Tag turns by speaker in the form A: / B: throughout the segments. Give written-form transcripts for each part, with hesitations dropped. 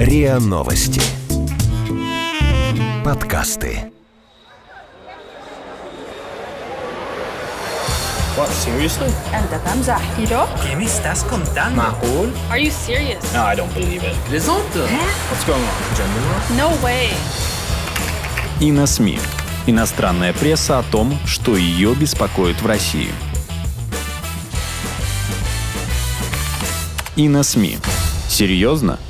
A: РИА Новости. Подкасты.
B: What, seriously?
C: أنت تمزح. You joke?
B: ¿Qué me estás contando? معقول?
C: Are you serious?
B: No, I don't believe it. Плезанта? What's going on? Gender war?
C: No way.
D: И на СМИ. Иностранная пресса о том, что ее беспокоит в России. И на СМИ. Серьезно?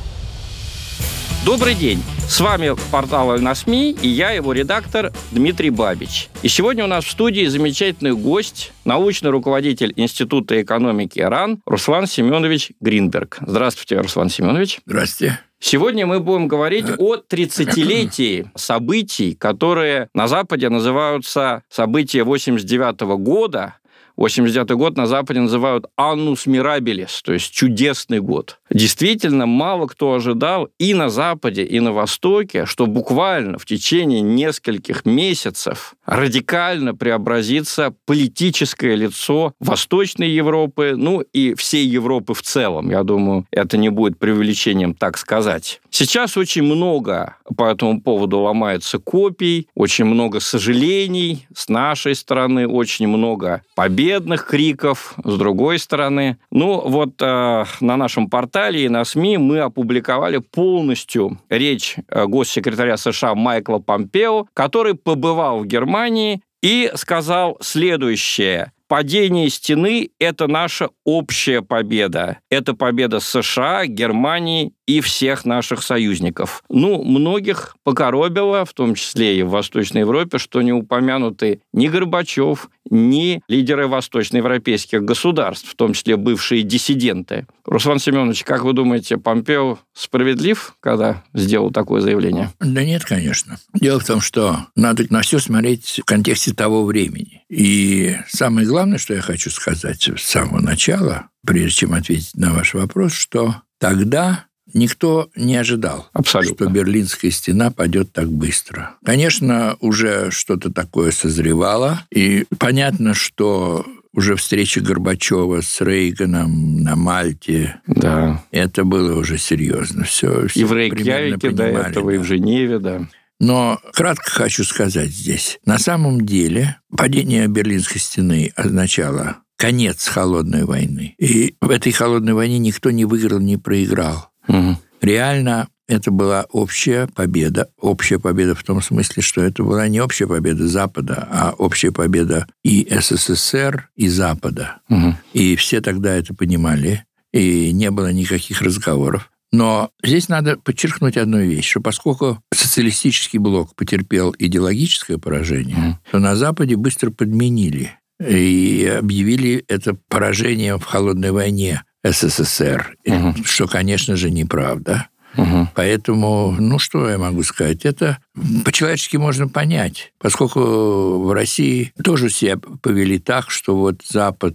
E: Добрый день! С вами портал «И на СМИ» и я, его редактор Дмитрий Бабич. И сегодня у нас в студии замечательный гость, научный руководитель Института экономики РАН Руслан Семенович Гринберг. Здравствуйте, Руслан Семенович.
F: Здравствуйте.
E: Сегодня мы будем говорить о 30-летии событий, которые на Западе называются события 89 года. 89-й год на Западе называют «Annus Mirabilis», то есть «чудесный год». Действительно, мало кто ожидал и на Западе, и на Востоке, что буквально в течение нескольких месяцев радикально преобразится политическое лицо Восточной Европы, ну и всей Европы в целом. Я думаю, это не будет преувеличением так сказать. Сейчас очень много по этому поводу ломается копий, очень много сожалений с нашей стороны, очень много победных криков с другой стороны. Ну вот на нашем портале и на СМИ мы опубликовали полностью речь госсекретаря США Майкла Помпео, который побывал в Германии и сказал следующее: «Падение стены – это наша общая победа. Это победа США, Германии и всех наших союзников». Ну, многих покоробило, в том числе и в Восточной Европе, что не упомянуты ни Горбачев, ни лидеры восточноевропейских государств, в том числе бывшие диссиденты. Руслан Семенович, как вы думаете, Помпео справедлив, когда сделал такое заявление?
F: Да нет, конечно. Дело в том, что надо на все смотреть в контексте того времени. И самое главное, что я хочу сказать с самого начала, прежде чем ответить на ваш вопрос, что тогда никто не ожидал,
E: Абсолютно.
F: Что Берлинская стена падет так быстро. Конечно, уже что-то такое созревало, и понятно, что уже встреча Горбачева с Рейганом на Мальте,
E: да,
F: это было уже серьезно. Все
E: и в Рейкьявике до этого, и в Женеве, да.
F: Но кратко хочу сказать здесь. На самом деле падение Берлинской стены означало конец холодной войны. И в этой холодной войне никто не выиграл, не проиграл.
E: Угу.
F: Реально это была общая победа. Общая победа в том смысле, что это была не общая победа Запада, а общая победа и СССР, и Запада.
E: Угу.
F: И все тогда это понимали, и не было никаких разговоров. Но здесь надо подчеркнуть одну вещь, что поскольку социалистический блок потерпел идеологическое поражение, то на Западе быстро подменили и объявили это поражением в холодной войне СССР, что, конечно же, неправда. Поэтому, что я могу сказать? Это по-человечески можно понять, поскольку в России тоже себя повели так, что вот Запад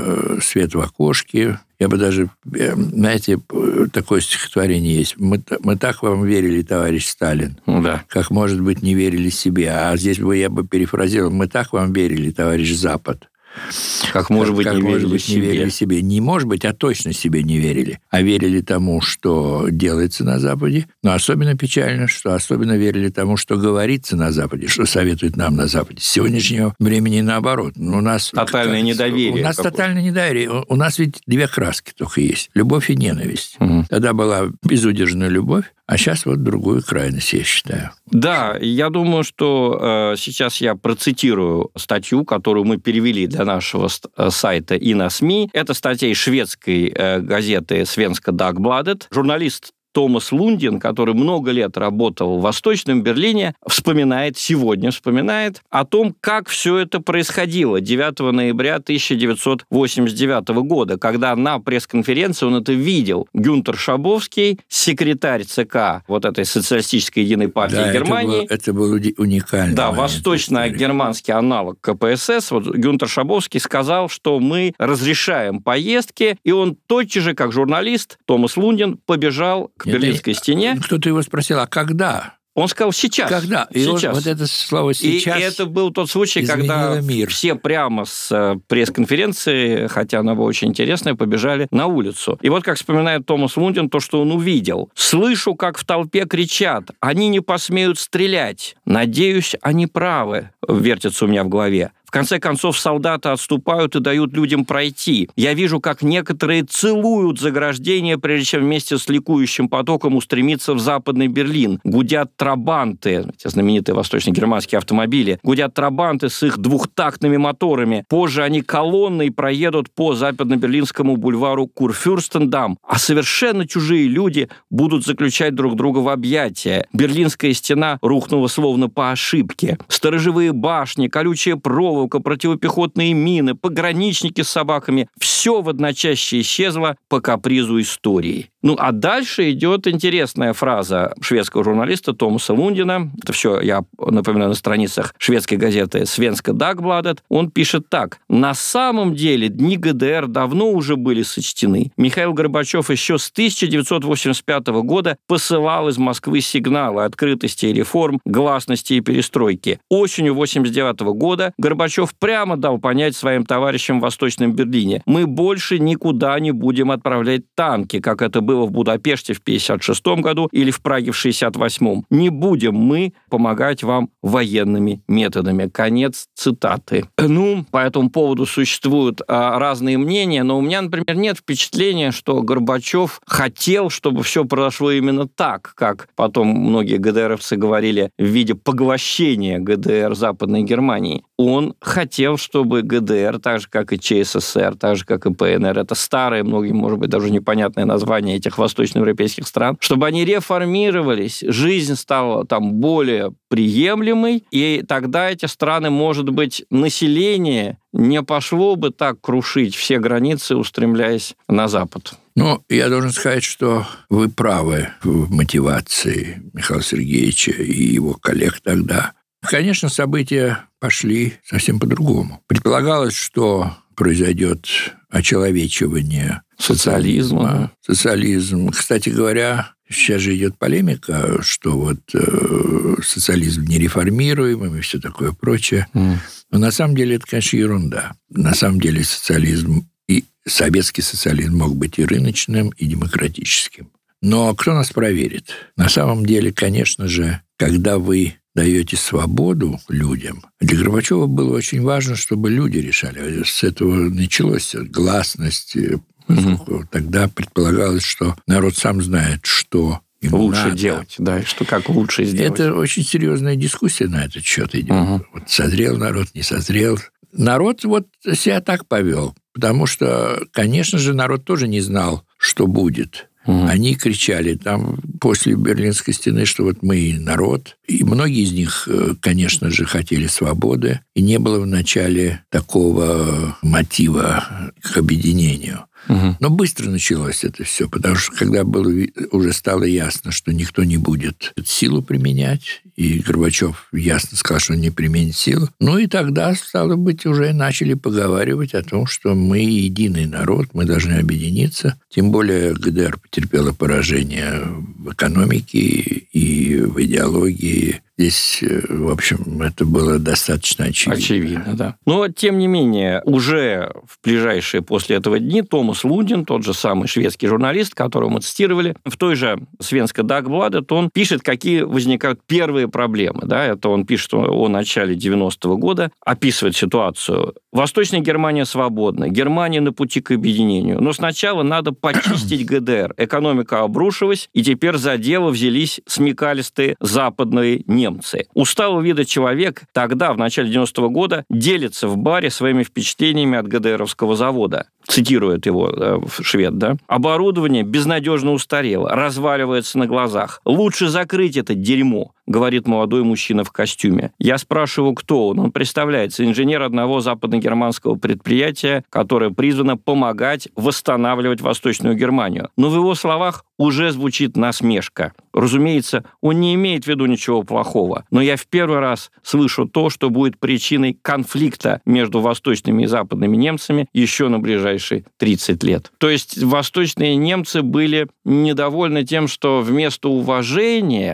F: свет в окошке. Я бы даже, знаете, такое стихотворение есть. Мы так вам верили, товарищ Сталин,
E: да,
F: как, может быть, не верили себе. А здесь я бы перефразировал: мы так вам верили, товарищ Запад.
E: Как, может быть, не верили себе.
F: Не может быть, а точно себе не верили. А верили тому, что делается на Западе. Но особенно печально, что особенно верили тому, что говорится на Западе, что советуют нам на Западе. С сегодняшнего времени наоборот. У нас
E: тотальное недоверие.
F: У нас тотальное недоверие. У нас ведь две краски только есть. Любовь и ненависть. Тогда была безудержная любовь, а сейчас вот другую крайность, я считаю.
E: Да, я думаю, что сейчас я процитирую статью, которую мы перевели для нашего сайта и на СМИ. Это статья из шведской газеты «Svenska Dagbladet». Журналист Томас Лундин, который много лет работал в Восточном Берлине, сегодня вспоминает о том, как все это происходило 9 ноября 1989 года, когда на пресс-конференции он это видел. Гюнтер Шабовский, секретарь ЦК вот этой социалистической единой партии Германии.
F: Это был уникальный.
E: Да, восточно-германский аналог КПСС. Вот Гюнтер Шабовский сказал, что мы разрешаем поездки, и он тотчас же, как журналист, Томас Лундин, побежал к Берлинской стене.
F: Кто-то его спросил, а когда?
E: Он сказал «сейчас».
F: Когда? И
E: сейчас.
F: вот это слово «сейчас»
E: И это был тот случай, когда
F: мир.
E: Все прямо с пресс-конференции, хотя она была очень интересная, побежали на улицу. И вот как вспоминает Томас Лундин то, что он увидел. «Слышу, как в толпе кричат. Они не посмеют стрелять. Надеюсь, они правы», вертится у меня в голове. В конце концов, солдаты отступают и дают людям пройти. Я вижу, как некоторые целуют заграждение, прежде чем вместе с ликующим потоком устремиться в Западный Берлин. Гудят трабанты, эти знаменитые восточно-германские автомобили, гудят трабанты с их двухтактными моторами. Позже они колонной проедут по Западно-Берлинскому бульвару Курфюрстендам, а совершенно чужие люди будут заключать друг друга в объятия. Берлинская стена рухнула словно по ошибке. Сторожевые башни, колючая проволока, противопехотные мины, пограничники с собаками – все в одночасье исчезло по капризу истории. А дальше идет интересная фраза шведского журналиста Томаса Лундина. Это все, я напоминаю, на страницах шведской газеты «Свенска Дагбладет». Он пишет так. «На самом деле дни ГДР давно уже были сочтены. Михаил Горбачев еще с 1985 года посылал из Москвы сигналы открытости и реформ, гласности и перестройки. Осенью 1989 года Горбачев прямо дал понять своим товарищам в Восточном Берлине: мы больше никуда не будем отправлять танки, как это было в Будапеште в 1956 году или в Праге в 1968. Не будем мы помогать вам военными методами». Конец цитаты. По этому поводу существуют разные мнения, но у меня, например, нет впечатления, что Горбачев хотел, чтобы все произошло именно так, как потом многие ГДРовцы говорили, в виде поглощения ГДР Западной Германии. Он хотел, чтобы ГДР, так же, как и ЧССР, так же, как и ПНР, это старые, многим, может быть, даже непонятное название этих восточноевропейских стран, чтобы они реформировались, жизнь стала там более приемлемой, и тогда эти страны, может быть, население не пошло бы так крушить все границы, устремляясь на Запад.
F: Я должен сказать, что вы правы в мотивации Михаила Сергеевича и его коллег тогда. Конечно, события пошли совсем по-другому. Предполагалось, что произойдет очеловечивание социализма. Социализм. Кстати говоря, сейчас же идет полемика, что социализм нереформируемый и все такое прочее. Но на самом деле это, конечно, ерунда. На самом деле социализм и советский социализм мог быть и рыночным, и демократическим. Но кто нас проверит? На самом деле, конечно же, когда вы даете свободу людям. Для Горбачева было очень важно, чтобы люди решали. С этого началась гласность. Тогда предполагалось, что народ сам знает, что ему
E: лучше
F: надо
E: делать, да, что как лучше сделать.
F: Это очень серьезная дискуссия на этот счет идет. Созрел народ, не созрел. Народ себя так повел, потому что, конечно же, народ тоже не знал, что будет. Они кричали там после Берлинской стены, что мы народ. И многие из них, конечно же, хотели свободы. И не было вначале такого мотива к объединению. Но быстро началось это все, потому что когда уже стало ясно, что никто не будет силу применять, и Горбачев ясно сказал, что он не применит силу, и тогда, стало быть, уже начали поговаривать о том, что мы единый народ, мы должны объединиться. Тем более ГДР потерпела поражение в экономике и в идеологии. Здесь, в общем, это было достаточно очевидно.
E: Очевидно, да. Но, тем не менее, уже в ближайшие после этого дни Томас Лундин, тот же самый шведский журналист, которого мы цитировали, в той же Свенска Дагбладет, он пишет, какие возникают первые проблемы. Да? Это он пишет о начале 90-го года, описывает ситуацию. Восточная Германия свободна, Германия на пути к объединению. Но сначала надо почистить ГДР. Экономика обрушилась, и теперь за дело взялись смекалистые западные немцы. Усталого вида человек тогда, в начале 90-го года, делится в баре своими впечатлениями от ГДРовского завода. Цитирует его швед, да? «Оборудование безнадежно устарело, разваливается на глазах. Лучше закрыть это дерьмо», говорит молодой мужчина в костюме. Я спрашиваю, кто он. Он представляется инженер одного западногерманского предприятия, которое призвано помогать восстанавливать Восточную Германию. Но в его словах уже звучит насмешка. Разумеется, он не имеет в виду ничего плохого, но я в первый раз слышу то, что будет причиной конфликта между восточными и западными немцами еще на ближайшие 30 лет. То есть восточные немцы были недовольны тем, что вместо уважения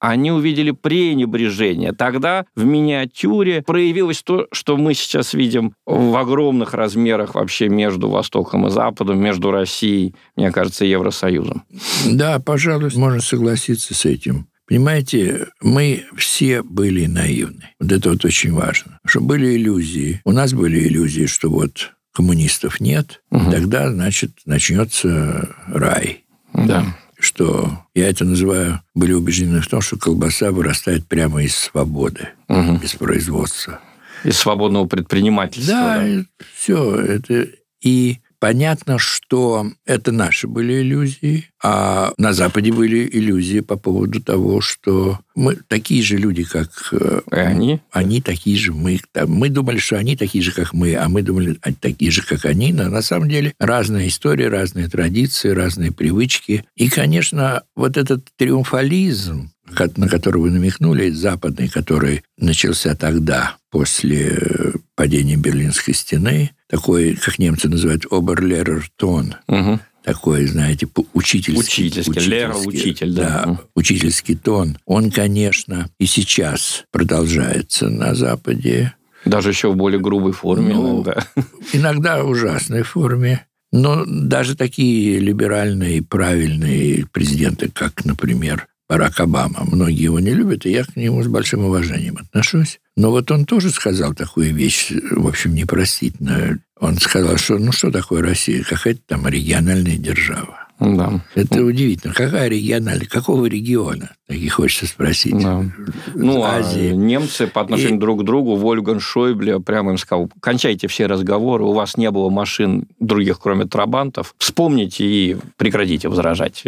E: они увидели пренебрежение. Тогда в миниатюре проявилось то, что мы сейчас видим в огромных размерах вообще между Востоком и Западом, между Россией, мне кажется, и Евросоюзом.
F: Да, пожалуй, можно согласиться с этим. Понимаете, мы все были наивны. Вот это вот очень важно. Что были иллюзии. У нас были иллюзии, что вот коммунистов нет, тогда, значит, начнется рай.
E: Да.
F: Что, я это называю, были убеждены в том, что колбаса вырастает прямо из свободы, из производства.
E: Из свободного предпринимательства.
F: Да, все это. И понятно, что это наши были иллюзии, а на Западе были иллюзии по поводу того, что мы такие же люди, как
E: они.
F: Они такие же, мы. Мы думали, что они такие же, как мы, а мы думали, они такие же, как они. Но на самом деле разная история, разные традиции, разные привычки. И, конечно, вот этот триумфализм, на который вы намекнули, западный, который начался тогда, после падения Берлинской стены, такой, как немцы называют, Оберлерертон, такой, знаете, учительский,
E: учитель, да.
F: Учительский тон. Он, конечно, и сейчас продолжается на Западе.
E: Даже еще в более грубой форме иногда.
F: Иногда в ужасной форме. Но даже такие либеральные, правильные президенты, как, например, Барак Обама, многие его не любят, и я к нему с большим уважением отношусь. Но вот он тоже сказал такую вещь, в общем, непростительную. Он сказал, что что такое Россия? Какая-то там региональная держава.
E: Да.
F: Это удивительно. Какая региональная? Какого региона? Так и хочется спросить.
E: Да.
F: Азии.
E: А немцы по отношению друг к другу, Вольфганг Шойбле прямо им сказал, кончайте все разговоры, у вас не было машин других, кроме трабантов, вспомните и прекратите возражать.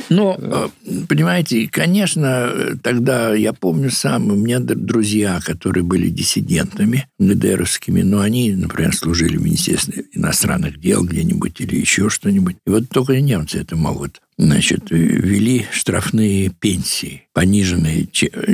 F: Понимаете, конечно, тогда, я помню сам, у меня друзья, которые были диссидентами ГДРовскими, но они, например, служили в Министерстве иностранных дел где-нибудь или еще что-нибудь. И вот только немцы это могут. Значит, ввели штрафные пенсии, пониженные,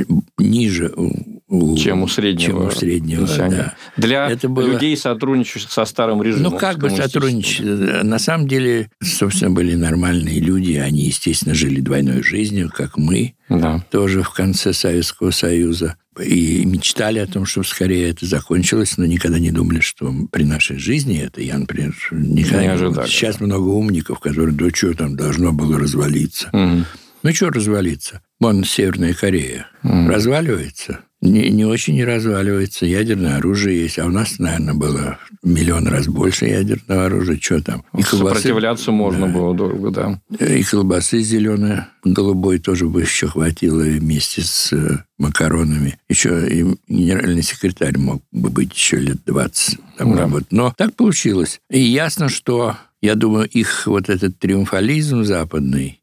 F: ниже
E: чем у среднего.
F: Да.
E: Для людей, сотрудничающих со старым режимом.
F: Ну, как бы сотрудничать? На самом деле, собственно, были нормальные люди. Они, естественно, жили двойной жизнью, как мы, тоже в конце Советского Союза. И мечтали о том, чтобы скорее это закончилось, но никогда не думали, что при нашей жизни это, я, например, никогда не ожидал. Сейчас много умников, которые, да что там, должно было развалиться. Ну, что развалиться? Вон Северная Корея разваливается. Не очень не разваливается. Ядерное оружие есть. А у нас, наверное, было в миллион раз больше ядерного оружия. Что там?
E: И сопротивляться можно было долго, да.
F: И колбасы зеленой-голубой тоже бы еще хватило вместе с макаронами. Еще и генеральный секретарь мог бы быть еще лет 20 там работать. Но так получилось. И ясно, что, я думаю, их вот этот триумфализм западный,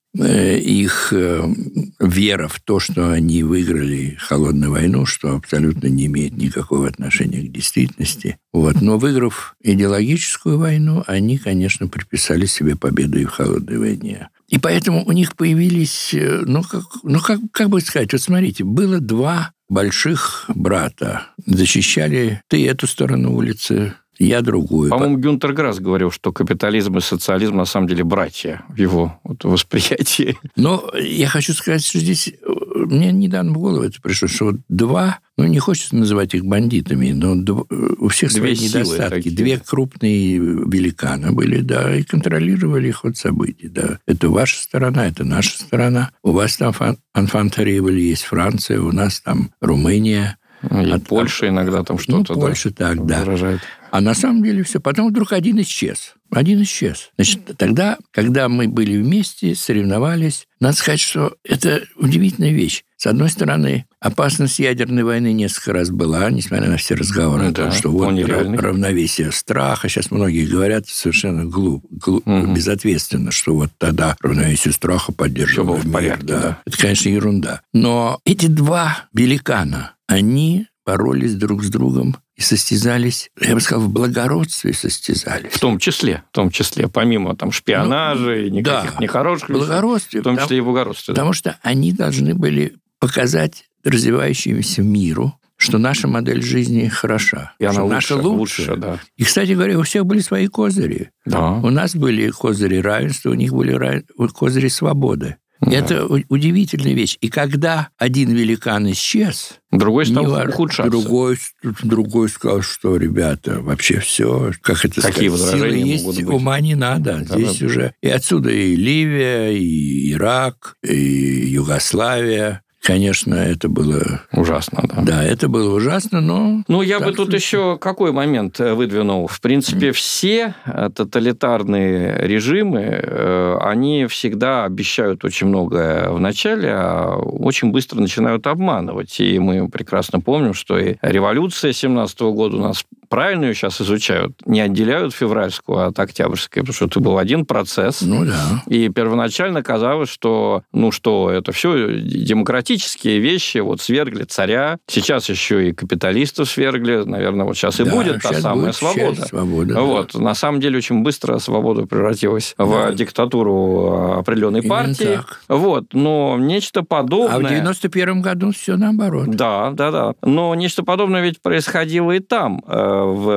F: их вера в то, что они выиграли холодную войну, что абсолютно не имеет никакого отношения к действительности. Но выиграв идеологическую войну, они, конечно, приписали себе победу и в холодной войне. И поэтому у них появились, как бы сказать, вот смотрите, было два больших брата. Защищали ты эту сторону улицы, я другую.
E: По-моему, Гюнтер Грасс говорил, что капитализм и социализм на самом деле братья в его восприятии.
F: Но я хочу сказать, что здесь мне недавно в голову это пришло, что вот два, не хочется называть их бандитами, но у всех свои недостатки. Две крупные великана были, да, и контролировали ход событий, да. Это ваша сторона, это наша сторона. У вас там анфантерибль есть Франция, у нас там Румыния.
E: И Польша иногда там что-то
F: Польша так,
E: выражает.
F: А на самом деле все. Потом вдруг один исчез. Значит, тогда, когда мы были вместе, соревновались, надо сказать, что это удивительная вещь. С одной стороны, опасность ядерной войны несколько раз была, несмотря на все разговоры о том, что вот равновесие страха. Сейчас многие говорят совершенно безответственно, что вот тогда равновесие страха поддерживало мир. Да. Это, конечно, ерунда. Но эти два великана, они боролись друг с другом и состязались, я бы сказал, в благородстве состязались.
E: В том числе, помимо там шпионажа и никаких нехороших
F: вещей,
E: в том числе и благородстве.
F: Потому что они должны были показать развивающемуся миру, что наша модель жизни хороша.
E: И она
F: лучше.
E: Да.
F: И, кстати говоря, у всех были свои козыри.
E: Да.
F: У нас были козыри равенства, у них были козыри свободы. Это удивительная вещь. И когда один великан исчез,
E: другой стал ухудшаться.
F: Другой сказал, что, ребята, вообще все, как это
E: Какие
F: сказать, силы есть,
E: могут быть?
F: ума не надо. Да, здесь уже и отсюда и Ливия, и Ирак, и Югославия. Конечно, это было...
E: Ужасно, да.
F: Да, это было ужасно, но...
E: Ну, я бы тут еще какой момент выдвинул. В принципе, все тоталитарные режимы, они всегда обещают очень многое в начале, а очень быстро начинают обманывать. И мы прекрасно помним, что и революция 17 года у нас, правильно ее сейчас изучают, не отделяют февральскую от октябрьской, потому что это был один процесс.
F: Ну, да.
E: И первоначально казалось, что, это все демократические вещи, вот свергли царя, сейчас еще и капиталистов свергли, наверное, вот сейчас и будет та самая свобода. Вот. Да. На самом деле очень быстро свобода превратилась в диктатуру определенной партии. Вот. Но нечто подобное...
F: А в 91 году все наоборот.
E: Да. Но нечто подобное ведь происходило и там, в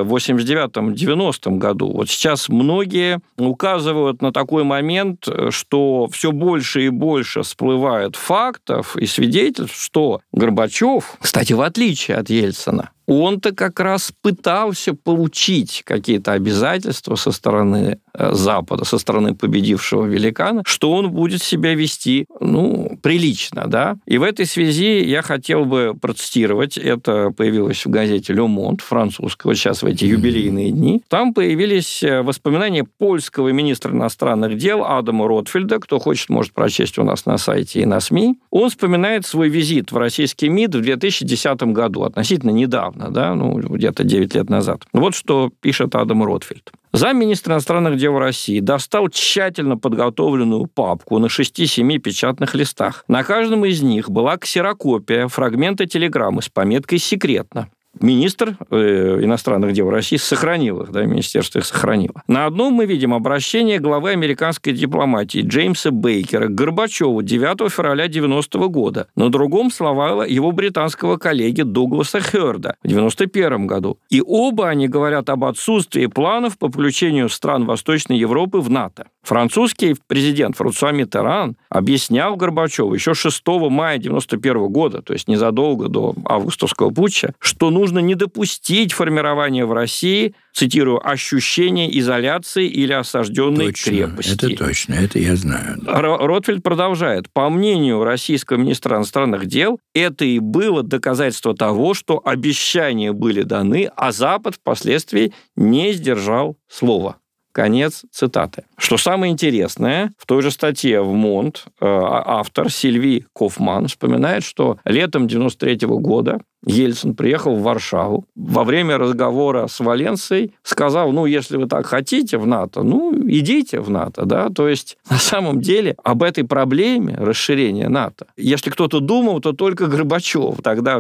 E: 89-90 году. Вот сейчас многие указывают на такой момент, что все больше и больше всплывает фактов и свидетельств, что Горбачев, кстати, в отличие от Ельцина, он-то как раз пытался получить какие-то обязательства со стороны Запада, со стороны победившего великана, что он будет себя вести, прилично, да. И в этой связи я хотел бы процитировать, это появилось в газете «Le Monde», французской, вот сейчас в эти юбилейные дни. Там появились воспоминания польского министра иностранных дел Адама Ротфельда, кто хочет, может прочесть у нас на сайте и на СМИ. Он вспоминает свой визит в российский МИД в 2010 году, относительно недавно, где-то 9 лет назад. Вот что пишет Адам Ротфельд. Замминистра иностранных дел России достал тщательно подготовленную папку на 6-7 печатных листах. На каждом из них была ксерокопия фрагмента телеграммы с пометкой «Секретно». Министр иностранных дел России сохранил их, министерство их сохранило. На одном мы видим обращение главы американской дипломатии Джеймса Бейкера к Горбачеву 9 февраля 90 года. На другом слова его британского коллеги Дугласа Хёрда в 91 году. И оба они говорят об отсутствии планов по включению стран Восточной Европы в НАТО. Французский президент Франсуа Миттеран объяснял Горбачеву еще 6 мая 91 года, то есть незадолго до августовского путча, что нужно не допустить формирования в России, цитирую, ощущения изоляции или осажденной крепости.
F: Это точно, это я знаю.
E: Ротфельд продолжает. По мнению российского министра иностранных дел, это и было доказательство того, что обещания были даны, а Запад впоследствии не сдержал слова. Конец цитаты. Что самое интересное, в той же статье в «Монт» автор Сильви Кофман вспоминает, что летом 93 года Ельцин приехал в Варшаву. Во время разговора с Валенсой сказал, если вы так хотите в НАТО, идите в НАТО. Да? То есть, на самом деле, об этой проблеме расширения НАТО, если кто-то думал, то только Горбачев тогда, в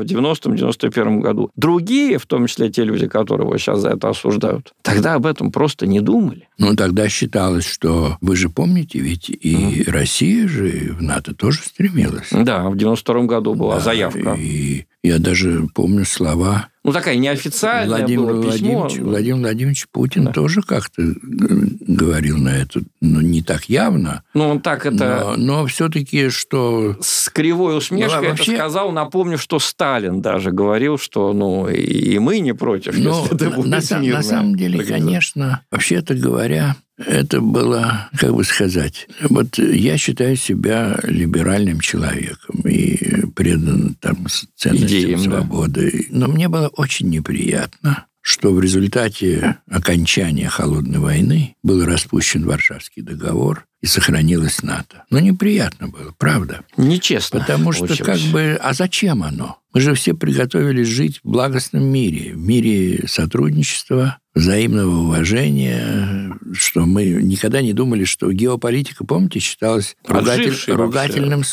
E: 90-91 году. Другие, в том числе те люди, которые его сейчас за это осуждают, тогда об этом просто не думали.
F: Тогда считалось, что... Вы же помните, ведь и Россия же в НАТО тоже стремилась.
E: Да, в 92 году была заявка.
F: И я даже помню слова...
E: такая неофициальная было письмо.
F: Владимир Владимирович Путин тоже как-то говорил на это, не так явно.
E: Он так это...
F: Но все-таки, что...
E: С кривой усмешкой это сказал. Напомню, что Сталин даже говорил, что, и мы не против, если это будет мирно.
F: На самом деле, конечно, вообще-то говоря, это было, как бы сказать... Вот я считаю себя либеральным человеком и предан ценностям свободы. Но мне было очень неприятно, что в результате окончания Холодной войны был распущен Варшавский договор и сохранилось НАТО. Неприятно было, правда.
E: Нечестно.
F: Потому что а зачем оно? Мы же все приготовились жить в благостном мире, в мире сотрудничества, взаимного уважения, что мы никогда не думали, что геополитика, помните, считалась ругательным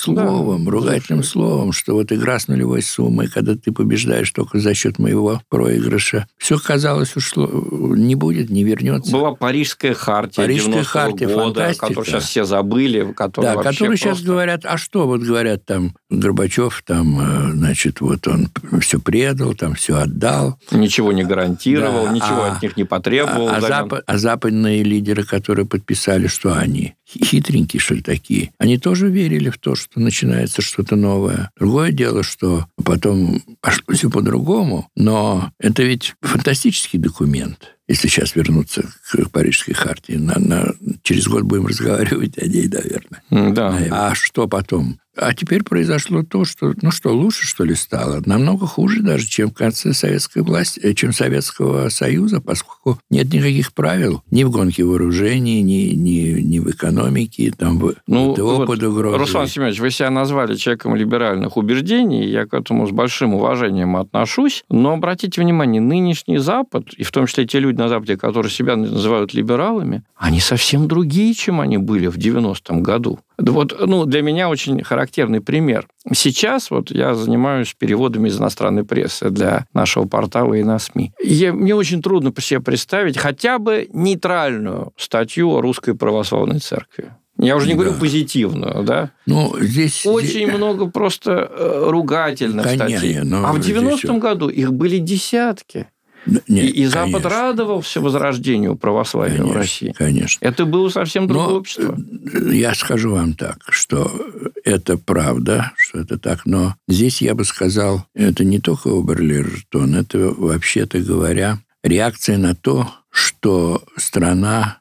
F: словом, что вот игра с нулевой суммой, когда ты побеждаешь только за счет моего проигрыша. Все казалось, ушло, не будет, не вернется.
E: Была Парижская хартия 90-го года, которую сейчас все забыли.
F: Которые сейчас говорят, говорят, Горбачев, он все предал, все отдал.
E: Ничего не гарантировал, ничего от них них не потребовал.
F: А западные лидеры, которые подписали, что они хитренькие, что ли, такие, они тоже верили в то, что начинается что-то новое. Другое дело, что потом пошло все по-другому, но это ведь фантастический документ. Если сейчас вернуться к Парижской хартии, через год будем разговаривать о ней, наверное.
E: Да.
F: А что потом? А теперь произошло то, что, лучше, что ли, стало? Намного хуже даже, чем в конце советской власти, чем Советского Союза, поскольку нет никаких правил ни в гонке вооружений, ни в экономике, там, под угрозой.
E: Руслан Семенович, вы себя назвали человеком либеральных убеждений, я к этому с большим уважением отношусь, но обратите внимание, нынешний Запад, и в том числе те люди на Западе, которые себя называют либералами, они совсем другие, чем они были в 90-м году. Для меня очень характерный пример. Сейчас я занимаюсь переводами из иностранной прессы для нашего портала и на СМИ. Мне очень трудно себе представить хотя бы нейтральную статью о Русской Православной Церкви. Я уже не говорю позитивную, да?
F: Здесь...
E: Очень много просто ругательных статей. А в 90-м году их были десятки.
F: Нет,
E: и Запад радовался возрождению православия в России.
F: Конечно.
E: Это было совсем другое общество.
F: Я скажу вам так, что это правда, что это так, но здесь я бы сказал, это не только Оберлер-Тон, это, вообще-то говоря, реакция на то, что страна,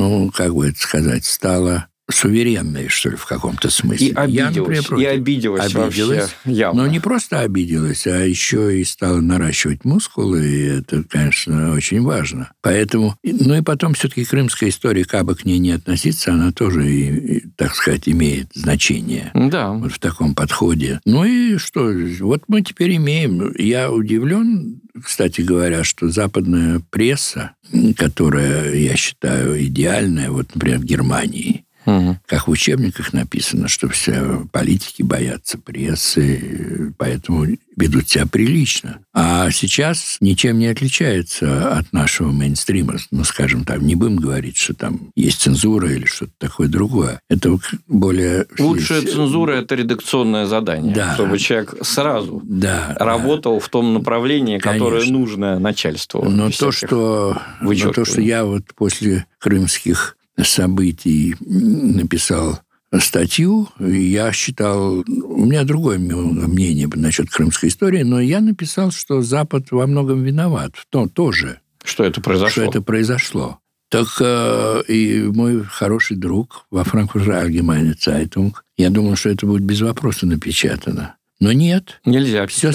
F: стала суверенной, что ли, в каком-то смысле.
E: И обиделась вообще явно.
F: Но не просто обиделась, а еще и стала наращивать мускулы, и это, конечно, очень важно. Поэтому, и потом все-таки крымская история, как бы к ней не относиться, она тоже, так сказать, имеет значение.
E: Да.
F: В таком подходе. И что? Мы теперь имеем... Я удивлен, кстати говоря, что западная пресса, которая, я считаю, идеальная, например, в Германии, как в учебниках написано, что все политики боятся прессы, поэтому ведут себя прилично. А сейчас ничем не отличается от нашего мейнстрима. Скажем, не будем говорить, что там есть цензура или что-то такое другое. Это более...
E: Лучшая цензура – это редакционное задание, чтобы человек сразу работал в том направлении, которое нужно начальству.
F: Но то, что я после крымских событий написал статью, я считал... У меня другое мнение насчет крымской истории, но я написал, что Запад во многом виноват в том тоже.
E: Что это
F: произошло. Так и мой хороший друг во Frankfurter Allgemeine Zeitung, я думал, что это будет без вопроса напечатано. Но нет.
E: Нельзя.
F: Все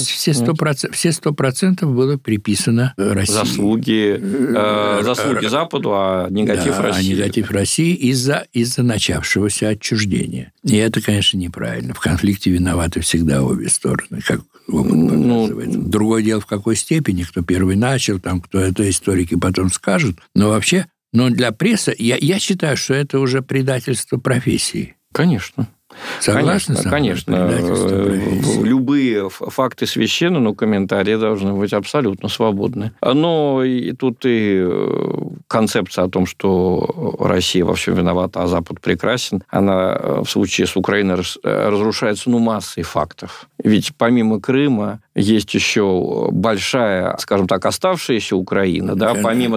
F: 100% было приписано России.
E: Заслуги Западу, а негатив России.
F: А негатив России из-за начавшегося отчуждения. И это, конечно, неправильно. В конфликте виноваты всегда обе стороны, как опыт показывает. Другое дело, в какой степени, кто первый начал, кто это историки потом скажут. Но вообще, для прессы, я считаю, что это уже предательство профессии.
E: Конечно.
F: Согласны?
E: Конечно. Любые факты священны, но комментарии должны быть абсолютно свободны. Но и тут и концепция о том, что Россия во всем виновата, а Запад прекрасен, она в случае с Украиной разрушается массой фактов. Ведь помимо Крыма есть еще большая, скажем так, оставшаяся Украина, помимо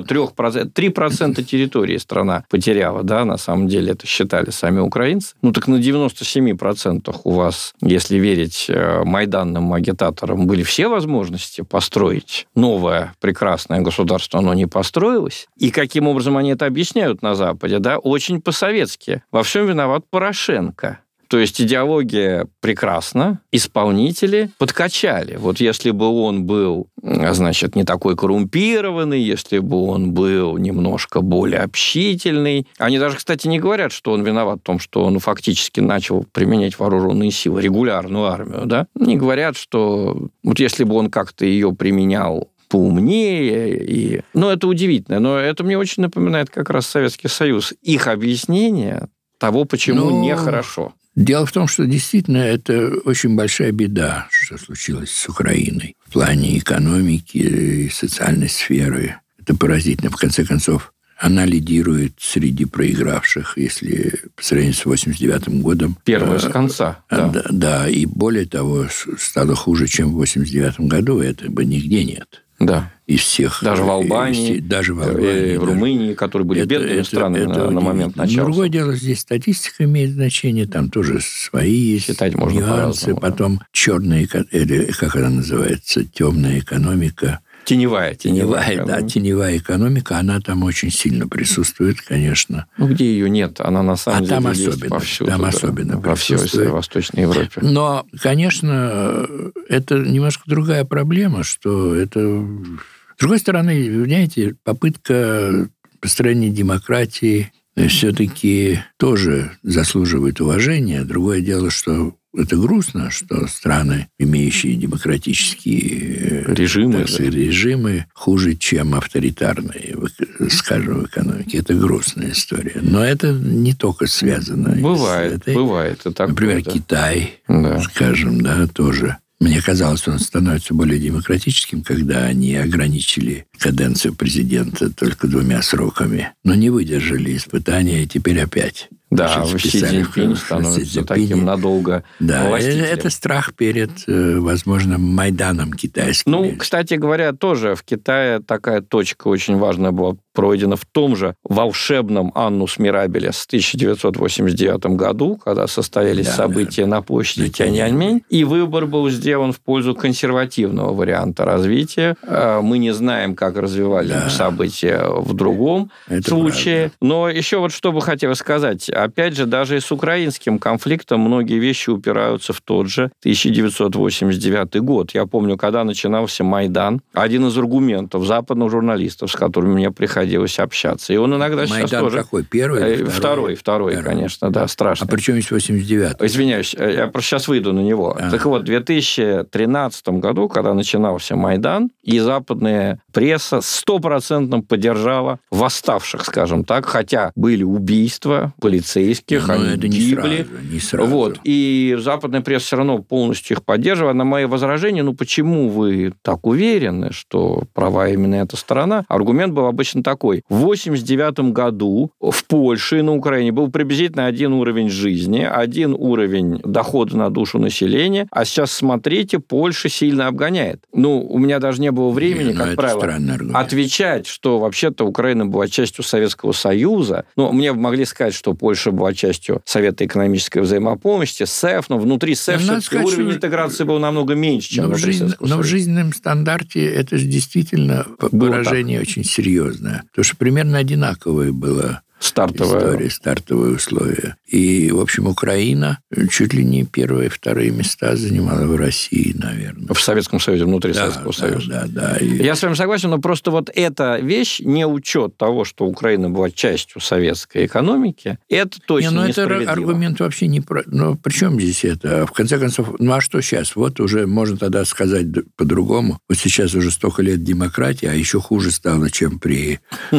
E: 3% территории страна потеряла, на самом деле это считали сами украинцы. Так на 97% у вас, если верить майданным агитаторам, были все возможности построить новое прекрасное государство, оно не построилось. И каким образом они это объясняют на Западе? Очень по-советски. Во всем виноват Порошенко. То есть идеология прекрасна, исполнители подкачали. Если бы он был, не такой коррумпированный, если бы он был немножко более общительный. Они даже, кстати, не говорят, что он виноват в том, что он фактически начал применять вооруженные силы, регулярную армию, Не говорят, что если бы он как-то ее применял поумнее. Это удивительно. Но это мне очень напоминает как раз Советский Союз. Их объяснение того, почему нехорошо.
F: Дело в том, что действительно это очень большая беда, что случилось с Украиной. В плане экономики и социальной сферы. Это поразительно. В конце концов, она лидирует среди проигравших, если по сравнению с 1989 годом.
E: Первая с конца.
F: Да, и более того, стало хуже, чем в 1989 году. Этого нигде нет.
E: Да.
F: Из всех.
E: Даже в Албании,
F: даже в Албании,
E: в Румынии, которые были бедными странами на момент начала.
F: Другое дело, здесь статистика имеет значение, там тоже свои
E: считать можно
F: нюансы. Потом черная, или как она называется, темная экономика.
E: Теневая экономика.
F: Да, теневая экономика, она там очень сильно присутствует, конечно.
E: Ну, где ее нет, она на самом деле
F: там
E: есть
F: особенно,
E: повсюду.
F: Там особенно
E: во всей Восточной Европе.
F: Но, конечно, это немножко другая проблема, что это... С другой стороны, понимаете, попытка построения демократии все-таки тоже заслуживает уважения. Другое дело, что это грустно, что страны, имеющие демократические режимы, хуже, чем авторитарные, скажем, в экономике. Это грустная история. Но это не только связано
E: бывает,
F: с этой.
E: Бывает.
F: Например, Китай, скажем, тоже. Мне казалось, он становится более демократическим, когда они ограничили каденцию президента только 2 сроками. Но не выдержали испытания, и теперь опять.
E: Да, Си Цзиньпинь становится таким надолго властителем.
F: Это страх перед возможным Майданом китайским.
E: Ну, кстати говоря, тоже в Китае такая точка очень важная была пройдена в том же волшебном Аннус Мирабелес в 1989 году, когда состоялись события на площади Тяньаньмэнь, и выбор был сделан в пользу консервативного варианта развития. Мы не знаем, как развивались события в другом случае. Правда. Но еще вот что бы хотелось сказать. Опять же, даже и с украинским конфликтом многие вещи упираются в тот же 1989 год. Я помню, когда начинался Майдан, один из аргументов западных журналистов, с которыми мне приходилось общаться, и он иногда
F: Майдан
E: сейчас тоже...
F: какой? Первый или
E: второй? Второй, конечно, да, страшный.
F: А при чем есть 89-й?
E: Извиняюсь, я просто сейчас выйду на него. Так вот, в 2013 году, когда начинался Майдан, и западная пресса 100% поддержала восставших, скажем так, хотя были убийства полицейских, они гибли.
F: Не сразу.
E: Вот. И западная пресса все равно полностью их поддерживала. На мои возражения, почему вы так уверены, что права именно эта сторона? Аргумент был обычно такой. В 1989 году в Польше и на Украине был приблизительно один уровень жизни, один уровень дохода на душу населения, а сейчас, смотрите, Польша сильно обгоняет. У меня даже не было времени, как правило, отвечать, что вообще-то Украина была частью Советского Союза. Мне могли сказать, что Польша была частью Совета экономической взаимопомощи, СЭФ, но внутри СЭФ все-таки уровень интеграции был намного меньше, чем внутри Советского Союза.
F: Но в жизненном стандарте это же действительно выражение очень серьезное. Потому что примерно одинаковое было стартовые условия. И, в общем, Украина чуть ли не первые и вторые места занимала в России, наверное.
E: В Советском Союзе, внутри Советского Союза.
F: Да.
E: Я с вами согласен, но просто вот эта вещь, не учет того, что Украина была частью советской экономики, это точно несправедливо.
F: Это аргумент вообще не про... Но при чем здесь это? В конце концов, а что сейчас? Вот уже можно тогда сказать по-другому. Вот сейчас уже столько лет демократии, а еще хуже стало, чем при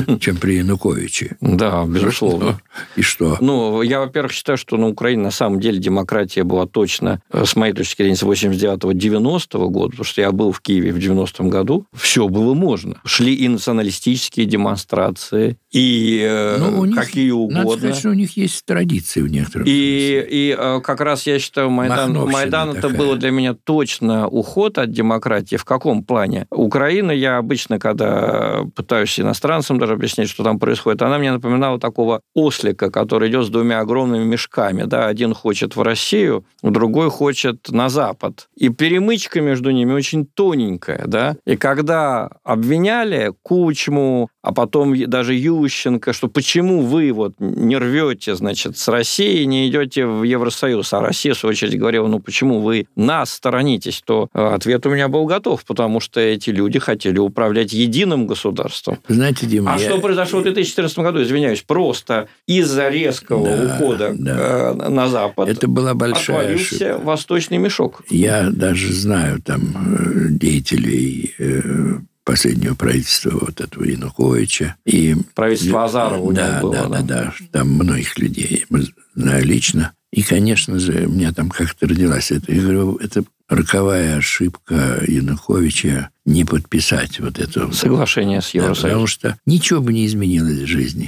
F: Януковиче.
E: Да, безусловно.
F: И что?
E: Я, во-первых, считаю, что на Украине на самом деле демократия была точно, с моей точки зрения, с 89-90 года, потому что я был в Киеве в 90-м году, все было можно. Шли и националистические демонстрации, и какие угодно.
F: Надо сказать, что у них есть традиции в некоторых случаях.
E: И как раз я считаю, Майдан это было для меня точно уход от демократии. В каком плане? Украина, я обычно, когда пытаюсь иностранцам даже объяснять, что там происходит, она мне напоминала такого ослика, который идет с 2 огромными мешками. Да? Один хочет в Россию, другой хочет на Запад. И перемычка между ними очень тоненькая. Да? И когда обвиняли Кучму, а потом даже Ющенко, что почему вы не рвете, с Россией, не идете в Евросоюз, а Россия, в свою очередь, говорила, почему вы нас сторонитесь, то ответ у меня был готов, потому что эти люди хотели управлять единым государством.
F: Знаете, Дима,
E: что произошло в 2014 году, извиняюсь, просто из-за резкого ухода на Запад
F: это была большая
E: отвалился
F: ошибка.
E: Восточный мешок.
F: Я даже знаю деятелей последнего правительства этого Януковича. И
E: правительство Азарова у него было.
F: Да. Там многих людей знаю лично. И, конечно же, у меня там как-то родилась это. Я говорю, это роковая ошибка Януковича не подписать это
E: соглашение с Евросоюзом.
F: Потому что ничего бы не изменилось в жизни.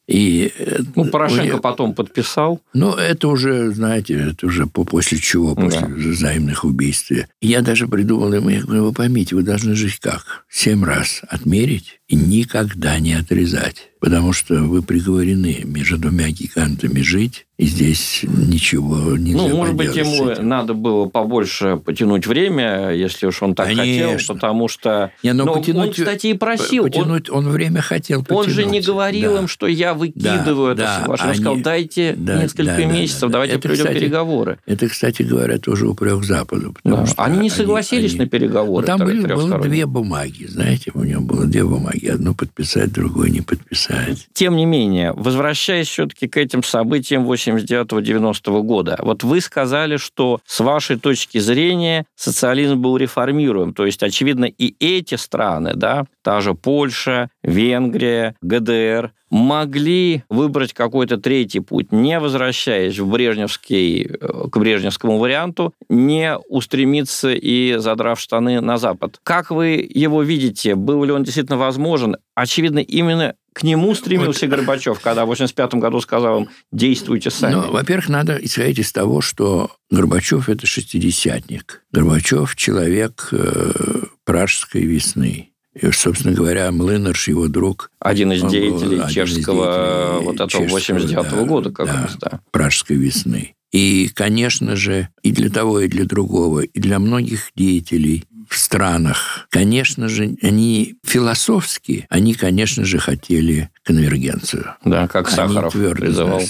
F: И,
E: Порошенко потом подписал.
F: Это уже, знаете, после чего? После взаимных убийств. Я даже придумал ему, я говорю, вы поймите, вы должны жить как? 7 раз отмерить и никогда не отрезать. Потому что вы приговорены между 2 гигантами жить, и здесь ничего нельзя
E: может быть, ему надо было побольше потянуть время, если уж он так хотел, потому что... он, кстати, и просил.
F: Он время хотел потянуть.
E: Он же не говорил им, что я выкидываю это все. Он сказал, дайте несколько месяцев, давайте проведем переговоры.
F: Это, кстати говоря, тоже упрек Западу.
E: Они не согласились на переговоры.
F: Там было 2 бумаги, знаете, у него было 2 бумаги. Одну подписать, другую не подписать.
E: Тем не менее, возвращаясь все-таки к этим событиям 89-90 года, вот вы сказали, что с вашей точки зрения социализм был реформируем. То есть, очевидно, и эти страны, та же Польша, Венгрия, ГДР, могли выбрать какой-то третий путь, не возвращаясь к брежневскому варианту, не устремиться и задрав штаны на Запад. Как вы его видите? Был ли он действительно возможен? Очевидно, именно к нему стремился Горбачев, когда в 1985 году сказал им, действуйте сами.
F: Во-первых, надо исходить из того, что Горбачев – это шестидесятник. Горбачев – человек Пражской весны. И, собственно говоря, Млынарш, его друг...
E: Один из деятелей чешского 89-го года, как раз,
F: Пражской весны. И, конечно же, и для того, и для другого, и для многих деятелей в странах, конечно же, они философски, конечно же, хотели конвергенцию.
E: Да, как Сахаров призывал.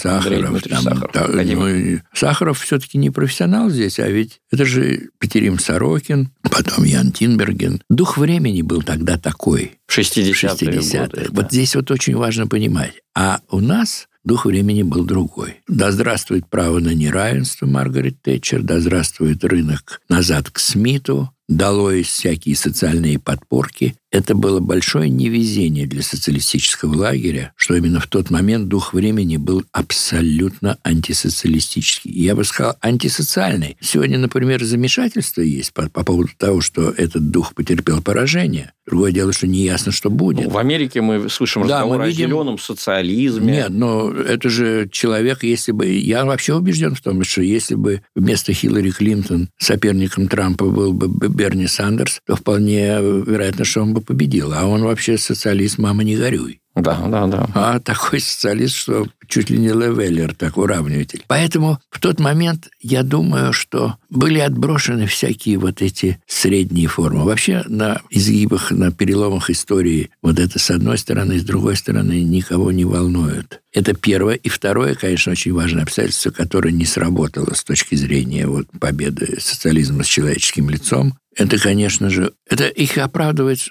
F: Сахаров все-таки не профессионал здесь, а ведь это же Петерим Сорокин, потом Ян Тинберген. Дух времени был тогда такой.
E: В 60-е годы.
F: Вот здесь очень важно понимать. А у нас дух времени был другой. Да здравствует право на неравенство, Маргарет Тэтчер, да здравствует рынок назад к Смиту, долой всякие социальные подпорки. Это было большое невезение для социалистического лагеря, что именно в тот момент дух времени был абсолютно антисоциалистический. Я бы сказал, антисоциальный. Сегодня, например, замешательство есть по поводу того, что этот дух потерпел поражение. Другое дело, что неясно, что будет.
E: В Америке мы слышим разговор о зеленом социализме.
F: Нет, но это же человек, если бы... Я вообще убежден в том, что если бы вместо Хиллари Клинтон соперником Трампа был бы Берни Сандерс, то вполне вероятно, что он бы победил. А он вообще социалист, мама, не горюй.
E: Да.
F: А такой социалист, что чуть ли не Левеллер, так уравниватель. Поэтому в тот момент я думаю, что были отброшены всякие эти средние формы. Вообще на изгибах, на переломах истории это с одной стороны, с другой стороны никого не волнует. Это первое. И второе, конечно, очень важное обстоятельство, которое не сработало с точки зрения победы социализма с человеческим лицом. Это, конечно же, это их оправдывает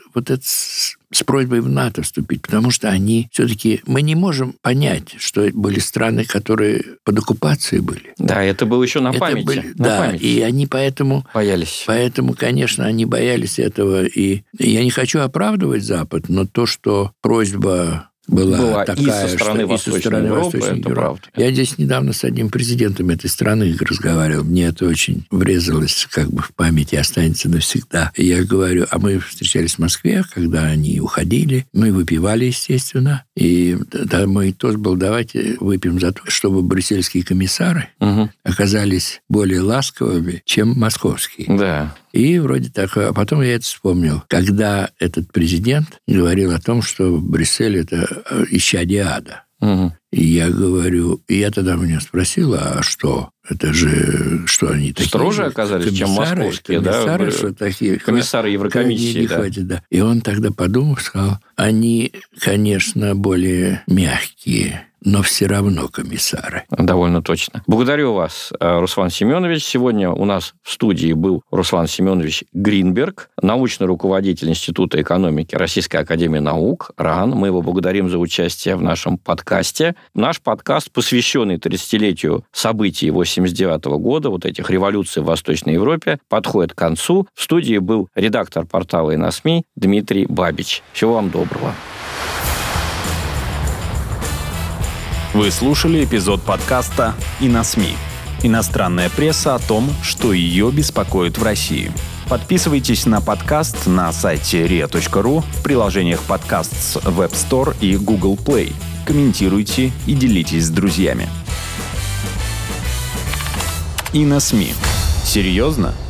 F: с просьбой в НАТО вступить, потому что они все-таки... Мы не можем понять, что были страны, которые под оккупацией были.
E: Да, это было еще на памяти.
F: Памяти. И они поэтому...
E: Боялись.
F: Поэтому, конечно, они боялись этого. И я не хочу оправдывать Запад, но то, что просьба... Была такая,
E: и со стороны Восточной Европы, это правда.
F: Я здесь недавно с одним президентом этой страны разговаривал. Мне это очень врезалось в память и останется навсегда. И я говорю, а мы встречались в Москве, когда они уходили. Мы выпивали, естественно. И мой тост был, давайте выпьем за то, чтобы брюссельские комиссары оказались более ласковыми, чем московские.
E: Да.
F: И вроде так. А потом я это вспомнил. Когда этот президент говорил о том, что Брюссель – это исчадие ада. И я говорю... И я тогда меня спросил, а что? Это же... Что они такие?
E: Строже оказались, чем московские,
F: комиссары, что такие...
E: Комиссары Еврокомиссии, да.
F: Хватит, да. И он тогда подумал, сказал, они, конечно, более мягкие, но все равно комиссары.
E: Довольно точно. Благодарю вас, Руслан Семенович. Сегодня у нас в студии был Руслан Семенович Гринберг, научный руководитель Института экономики Российской академии наук, РАН. Мы его благодарим за участие в нашем подкасте. Наш подкаст, посвященный 30-летию событий 1989 года, этих революций в Восточной Европе, подходит к концу. В студии был редактор портала «Иносми» Дмитрий Бабич. Всего вам доброго.
D: Вы слушали эпизод подкаста «Иносми». Иностранная пресса о том, что ее беспокоит в России. Подписывайтесь на подкаст на сайте ria.ru, в приложениях подкаст с Web Store и Google Play. комментируйте и делитесь с друзьями. И на СМИ. Серьезно?